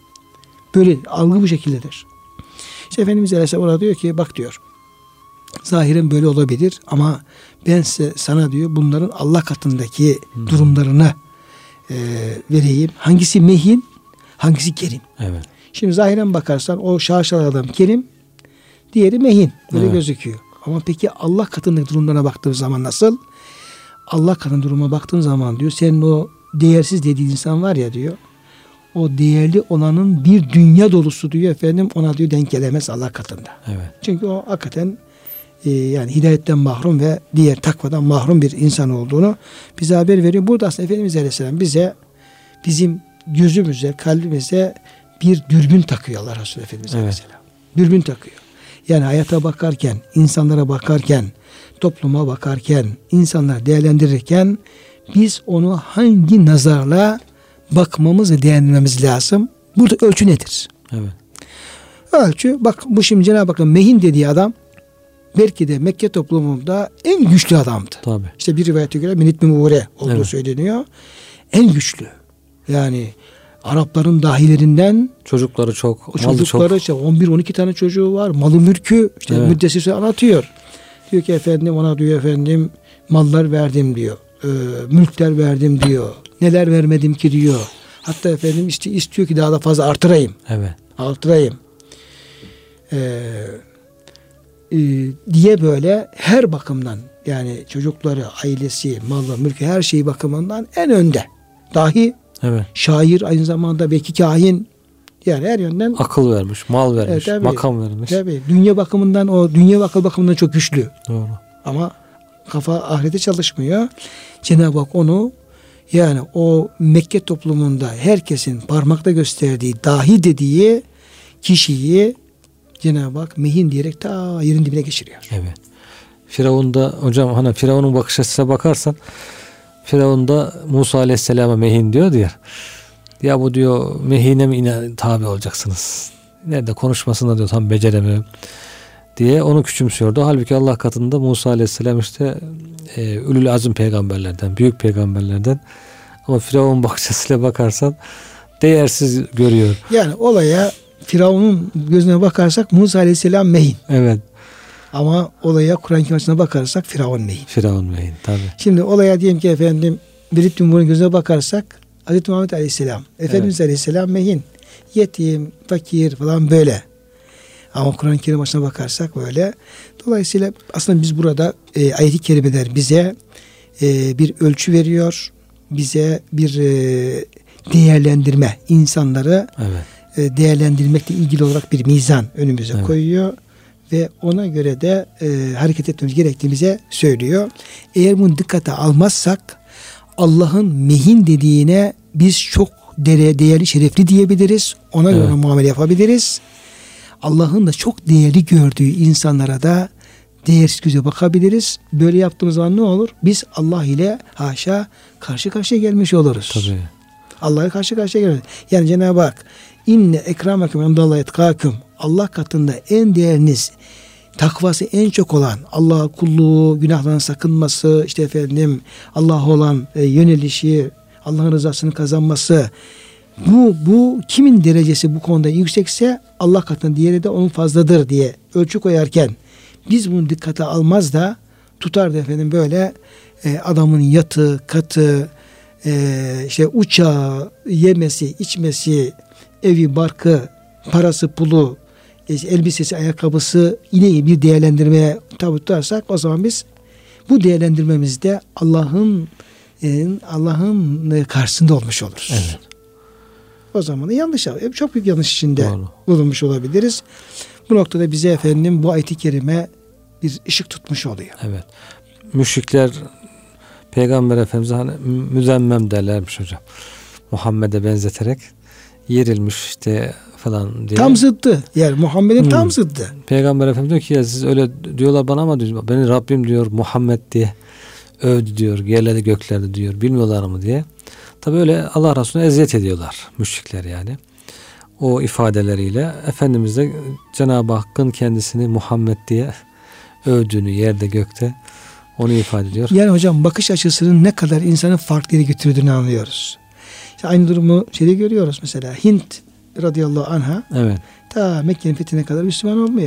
Speaker 1: Böyle algı bu şekildedir. İşte Efendimiz Aleyhisselam orada diyor ki bak diyor. Zahiren böyle olabilir ama ben size, sana diyor bunların Allah katındaki hmm. durumlarını e, vereyim. Hangisi mehin, hangisi kerim.
Speaker 2: Evet.
Speaker 1: Şimdi zahiren bakarsan o şaşalı adam kerim, diğeri mehin. Böyle evet. gözüküyor. Ama peki Allah katındaki durumlarına baktığın zaman nasıl? Allah katındaki duruma baktığın zaman diyor senin o değersiz dediğin insan var ya diyor. O değerli olanın bir dünya dolusu diyor efendim ona diyor denk gelemez Allah katında.
Speaker 2: Evet.
Speaker 1: Çünkü o hakikaten e, yani hidayetten mahrum ve diğer takvadan mahrum bir insan olduğunu bize haber veriyor. Burada aslında Efendimiz Aleyhisselam bize bizim gözümüze, kalbimize bir dürbün takıyor Allah Resulü Efendimiz evet. Aleyhisselam. Dürbün takıyor. Yani hayata bakarken, insanlara bakarken, topluma bakarken, insanlar değerlendirirken biz onu hangi nazarla bakmamız ve değerlendirmemiz lazım? Burada ölçü nedir?
Speaker 2: Evet.
Speaker 1: Ölçü, bak bu şimdi Cenab-ı Hakk'ın mehin dediği adam belki de Mekke toplumunda en güçlü adamdı.
Speaker 2: Tabii.
Speaker 1: İşte bir rivayete göre Minit Mümure olduğu evet. söyleniyor. En güçlü. Yani Arapların dahilerinden
Speaker 2: çocukları çok,
Speaker 1: çocukları çok. on bir on iki tane çocuğu var. Malı mülkü işte evet. Müddessir anlatıyor. Diyor ki efendim ona diyor efendim mallar verdim diyor. E, mülkler verdim diyor. Neler vermedim ki diyor. Hatta efendim işte istiyor ki daha da fazla artırayım.
Speaker 2: Evet.
Speaker 1: Artırayım. E, e, diye böyle her bakımdan yani çocukları, ailesi, malı, mülkü her şeyi bakımından en önde. Dahi evet. şair aynı zamanda belki kahin Yani her yönden
Speaker 2: akıl vermiş, mal vermiş,
Speaker 1: evet, tabii,
Speaker 2: makam vermiş.
Speaker 1: Tabii. Dünya bakımından o dünya ve akıl bakımından çok güçlü.
Speaker 2: Doğru.
Speaker 1: Ama kafa ahirete çalışmıyor. Cenab-ı Hak onu yani o Mekke toplumunda herkesin parmakta gösterdiği, dahi dediği kişiyi Cenab-ı Hak mehin diyerek ta yerin dibine geçiriyor.
Speaker 2: Evet. Firavun'da hocam hani Firavun'un bakış açısına bakarsan Firavun'da Musa Aleyhisselam'a mehin diyor diyor. Ya bu diyor mehine mi inan, tabi olacaksınız? Nerede konuşmasında diyor tam beceremiyor diye onu küçümsüyordu. Halbuki Allah katında Musa Aleyhisselam işte e, Ülül Azim peygamberlerden, büyük peygamberlerden. Ama Firavun bakış açısıyla bakarsan değersiz görüyor.
Speaker 1: Yani olaya Firavun'un gözüne bakarsak Musa Aleyhisselam mehin.
Speaker 2: Evet.
Speaker 1: Ama olaya Kur'an-ı Kerim'e bakarsak Firavun mehin.
Speaker 2: Firavun mehin tabii.
Speaker 1: Şimdi olaya diyelim ki efendim Birit Cumhur'un gözüne bakarsak Hazreti Muhammed Aleyhisselam, Efendimiz evet. Aleyhisselam mehin. Yetim, fakir falan böyle. Ama Kur'an-ı Kerim açısına bakarsak böyle. Dolayısıyla aslında biz burada e, ayet-i kerimeler bize e, bir ölçü veriyor. Bize bir e, değerlendirme, insanları
Speaker 2: evet.
Speaker 1: e, değerlendirmekle ilgili olarak bir mizan önümüze
Speaker 2: evet.
Speaker 1: koyuyor. Ve ona göre de e, hareket etmemiz gerektiğimize söylüyor. Eğer bunu dikkate almazsak Allah'ın mehin dediğine biz çok değerli, değerli şerefli diyebiliriz. Ona evet. göre muamele yapabiliriz. Allah'ın da çok değerli gördüğü insanlara da değersiz göze bakabiliriz. Böyle yaptığımız zaman ne olur? Biz Allah ile haşa karşı karşıya gelmiş oluruz.
Speaker 2: Tabii.
Speaker 1: Allah'a karşı karşıya geliriz. Yani Cenab-ı Hak inne ekramakum indallahi etkakum. Allah katında en değeriniz, takvası en çok olan, Allah'a kulluğu, günahlardan sakınması, işte efendim Allah'a olan e, yönelişi, Allah'ın rızasını kazanması. Bu bu kimin derecesi bu konuda yüksekse Allah katında diğeri de onun fazladır diye ölçü koyarken biz bunu dikkate almaz da tutar da efendim böyle e, adamın yatı, katı, e, işte uçağı, yemesi, içmesi, evi, barkı, parası, pulu, elbisesi, ayakkabısı ile bir değerlendirmeye tabi tutarsak o zaman biz bu değerlendirmemizde Allah'ın Allah'ın karşısında olmuş oluruz.
Speaker 2: Evet.
Speaker 1: O zaman da yanlış, çok büyük yanlış içinde
Speaker 2: Doğru.
Speaker 1: bulunmuş olabiliriz. Bu noktada bize efendim bu ayet-i kerime bir ışık tutmuş oluyor.
Speaker 2: Evet. Müşrikler Peygamber Efendimiz'e hani müzemmem derlermiş hocam. Muhammed'e benzeterek yerilmiş işte falan diye.
Speaker 1: Tam zıddı. Yani Muhammed'in hmm. tam zıddı.
Speaker 2: Peygamber Efendimiz diyor ki ya siz öyle diyorlar bana ama diyor, beni Rabbim diyor Muhammed diye övdü diyor. Yerlerde göklerde diyor. Bilmiyorlar mı diye. Tabi öyle Allah Resulüne eziyet ediyorlar. Müşrikler yani. O ifadeleriyle Efendimiz de Cenab-ı Hakk'ın kendisini Muhammed diye övdüğünü yerde gökte onu ifade ediyor.
Speaker 1: Yani hocam bakış açısının ne kadar insanın farklı yere götürdüğünü anlıyoruz. İşte aynı durumu şeyde görüyoruz mesela. Hint radıyallahu anha
Speaker 2: evet.
Speaker 1: ta Mekke'nin fethine kadar Müslüman olmuyor.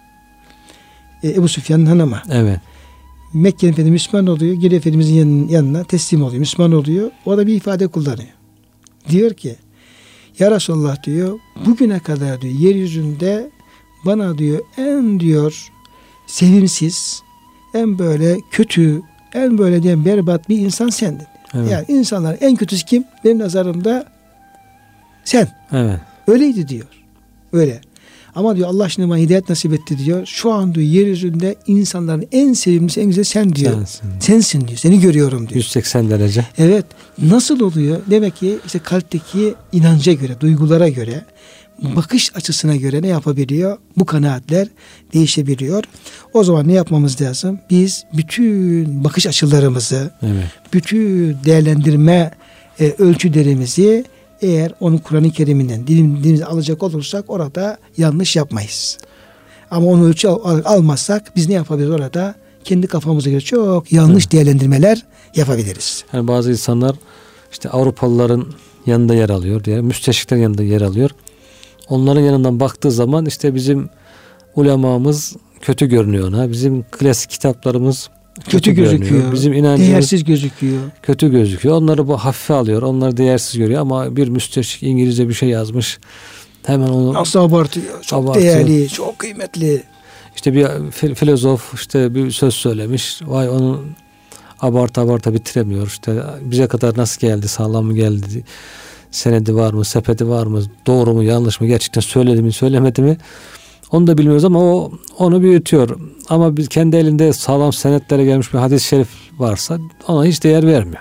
Speaker 1: Ee, Ebu Süfyan'ın hanımı.
Speaker 2: Evet.
Speaker 1: Mekke'nin fethi Müslüman oluyor. Geliyor Efendimizin yan, yanına teslim oluyor. Müslüman oluyor. O da bir ifade kullanıyor. Diyor ki ya Resulallah diyor bugüne kadar diyor yeryüzünde bana diyor en diyor sevimsiz, en böyle kötü, en böyle diye berbat bir insan sendin. Evet. Yani insanların en kötüsü kim? Benim nazarımda sen.
Speaker 2: Evet.
Speaker 1: Öyleydi diyor. Öyle. Ama diyor Allah şimdi bana hidayet nasip etti diyor. Şu an diyor yeryüzünde insanların en sevimlisi, en güzel sen diyor. Sensin. Sensin diyor. Seni görüyorum diyor.
Speaker 2: yüz seksen derece.
Speaker 1: Evet. Nasıl oluyor? Demek ki işte kalpteki inanca göre, duygulara göre, bakış açısına göre ne yapabiliyor? Bu kanaatler değişebiliyor. O zaman ne yapmamız lazım? Biz bütün bakış açılarımızı, evet. bütün değerlendirme e, ölçülerimizi eğer onu Kur'an-ı Kerim'inden dilimize alacak olursak orada yanlış yapmayız. Ama onu ölçü al, almazsak biz ne yapabiliriz orada? Kendi kafamıza göre çok yanlış evet. değerlendirmeler yapabiliriz.
Speaker 2: Yani bazı insanlar işte Avrupalıların yanında yer alıyor diye, müsteşriklerin yanında yer alıyor. Onların yanından baktığı zaman işte bizim ulemamız kötü görünüyor ona. Bizim klasik kitaplarımız kötü, kötü gözüküyor. Görünüyor. Bizim inancımız
Speaker 1: değersiz gözüküyor.
Speaker 2: Kötü gözüküyor. Onları bu hafife alıyor. Onları değersiz görüyor ama bir müsteşrik İngilizce bir şey yazmış. Hemen onu
Speaker 1: nasıl abartıyor? Çok abartıyor. Değerli, çok kıymetli.
Speaker 2: İşte bir filozof işte bir söz söylemiş. Vay onu abarta abarta bitiremiyor. İşte bize kadar nasıl geldi? Sağlam mı geldi? senedi var mı, sepeti var mı, doğru mu, yanlış mı, gerçekten söyledi mi, söylemedi mi? Onu da bilmiyoruz ama o onu büyütüyor. Ama biz kendi elinde sağlam senetlere gelmiş bir hadis-i şerif varsa ona hiç değer vermiyor.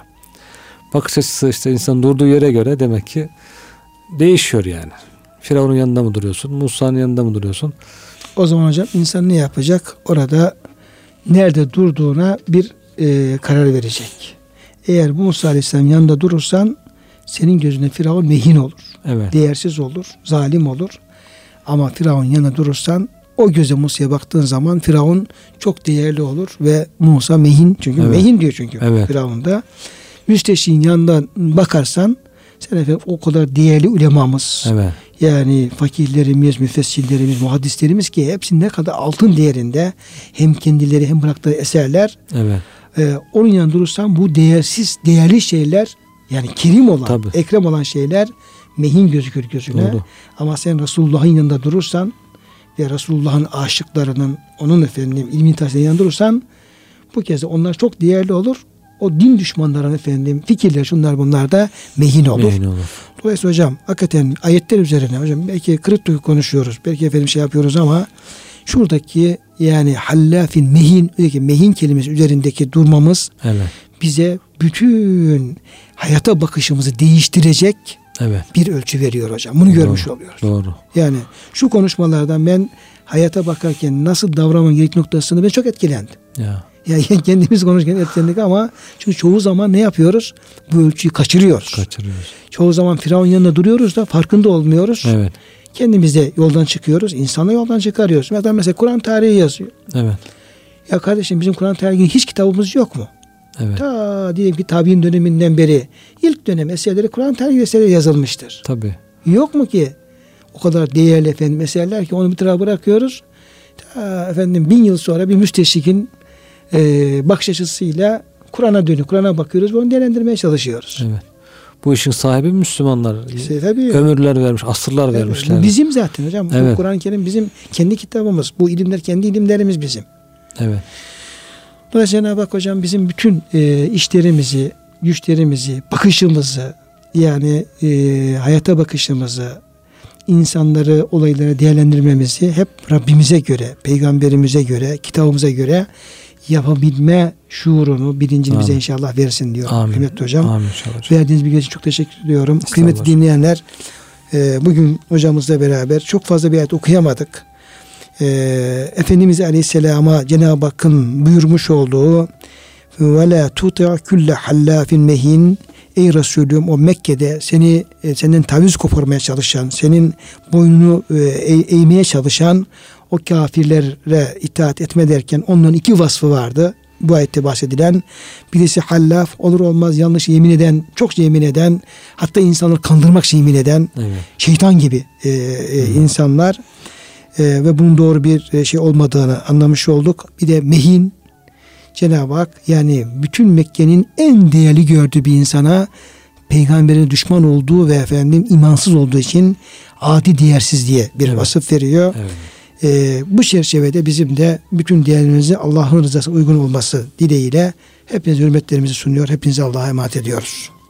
Speaker 2: Bakış açısı işte insan durduğu yere göre demek ki değişiyor yani. Firavun'un yanında mı duruyorsun? Musa'nın yanında mı duruyorsun?
Speaker 1: O zaman hocam insan ne yapacak? Orada nerede durduğuna bir e, karar verecek. Eğer Musa Aleyhisselam yanında durursan senin gözünde Firavun mehin olur.
Speaker 2: Evet.
Speaker 1: Değersiz olur. Zalim olur. Ama Firavun yanında durursan o göze Musa'ya baktığın zaman Firavun çok değerli olur ve Musa mehin, çünkü
Speaker 2: evet.
Speaker 1: mehin diyor çünkü
Speaker 2: evet.
Speaker 1: Firavun'da. Müsteşin yanından bakarsan sen efendim o kadar değerli ulemamız,
Speaker 2: evet.
Speaker 1: yani fakihlerimiz, müfessirlerimiz, muhaddislerimiz ki hepsi ne kadar altın değerinde, hem kendileri hem bıraktığı eserler.
Speaker 2: Evet.
Speaker 1: E, onun yanında durursan bu değersiz, değerli şeyler, yani kerim olan, tabii. ekrem olan şeyler mehin gözükür gözüne. Doğru. Ama sen Resulullah'ın yanında durursan ve Resulullah'ın aşıklarının, onun efendim ilmi tahsiline yanında durursan bu kez de onlar çok değerli olur. O din düşmanlarının efendim fikirler, şunlar bunlar da mehin olur. Mehin olur. Dolayısıyla hocam hakikaten ayetler üzerine hocam belki kırık konuşuyoruz. Belki efendim şey yapıyoruz ama şuradaki yani hallafin mehin, mehin kelimesi üzerindeki durmamız
Speaker 2: evet.
Speaker 1: bize bütün hayata bakışımızı değiştirecek
Speaker 2: evet.
Speaker 1: bir ölçü veriyor hocam. Bunu
Speaker 2: doğru,
Speaker 1: görmüş oluyoruz.
Speaker 2: Doğru.
Speaker 1: Yani şu konuşmalardan ben hayata bakarken nasıl davranmam gerektiği noktasında ben çok etkilendim.
Speaker 2: Ya.
Speaker 1: Yani kendimiz konuşurken etkilendik ama çünkü çoğu zaman ne yapıyoruz? Bu ölçüyü kaçırıyoruz.
Speaker 2: Kaçırıyoruz.
Speaker 1: Çoğu zaman Firavun yanında duruyoruz da farkında olmuyoruz.
Speaker 2: Evet.
Speaker 1: Kendimiz de yoldan çıkıyoruz. İnsanı yoldan çıkarıyoruz. Mesela, mesela Kur'an tarihi yazıyor.
Speaker 2: Evet.
Speaker 1: Ya kardeşim bizim Kur'an tarihi hiç kitabımız yok mu?
Speaker 2: Evet.
Speaker 1: Ta diyelim ki tabi'in döneminden beri ilk dönem eserleri Kur'an tarihi eserleri yazılmıştır.
Speaker 2: Tabii.
Speaker 1: Yok mu ki o kadar değerli efendim eserler ki onu bir tarafa bırakıyoruz. Ta efendim bin yıl sonra bir müsteşrikin e, bakış açısıyla Kur'an'a dönüyor. Kur'an'a bakıyoruz ve onu değerlendirmeye çalışıyoruz.
Speaker 2: Evet. Bu işin sahibi Müslümanlar.
Speaker 1: İşte, tabii.
Speaker 2: Ömürler vermiş, asırlar evet, vermişler.
Speaker 1: Bu bizim zaten hocam.
Speaker 2: Evet.
Speaker 1: Bu Kur'an-ı Kerim bizim kendi kitabımız. Bu ilimler kendi ilimlerimiz bizim.
Speaker 2: Evet.
Speaker 1: Dolayısıyla Cenab-ı Hak hocam bizim bütün e, işlerimizi, güçlerimizi, bakışımızı, yani e, hayata bakışımızı, insanları, olayları değerlendirmemizi hep Rabbimize göre, Peygamberimize göre, kitabımıza göre yapabilme şuurunu, bilincini bize inşallah versin diyorum.
Speaker 2: Amin.
Speaker 1: Kıymetli hocam.
Speaker 2: Amin inşallah.
Speaker 1: Verdiğiniz bilgi için çok teşekkür ediyorum. Kıymetli dinleyenler, e, bugün hocamızla beraber çok fazla bir ayet okuyamadık. E, Efendimiz Aleyhisselam'a Cenab-ı Hakk'ın buyurmuş olduğu ve la tuti' kulle hallafin mehin, ey Resulüm, o Mekke'de seni e, senden taviz koparmaya çalışan, senin boynunu e, eğmeye çalışan o kafirlere itaat etme derken onların iki vasfı vardı. Bu ayette bahsedilen, birisi hallaf, olur olmaz yanlış yemin eden, çok yemin eden, hatta insanları kandırmak için yemin eden, evet. şeytan gibi e, e, insanlar e, ve bunun doğru bir şey olmadığını anlamış olduk. Bir de mehin, Cenab-ı Hak yani bütün Mekke'nin en değerli gördüğü bir insana peygamberin düşman olduğu ve efendim imansız olduğu için adi değersiz diye bir evet. vasıf veriyor. Evet. Ee, bu çerçevede bizim de bütün değerlerimizi Allah'ın rızasına uygun olması dileğiyle hepinize hürmetlerimizi sunuyor. Hepinize Allah'a emanet ediyoruz.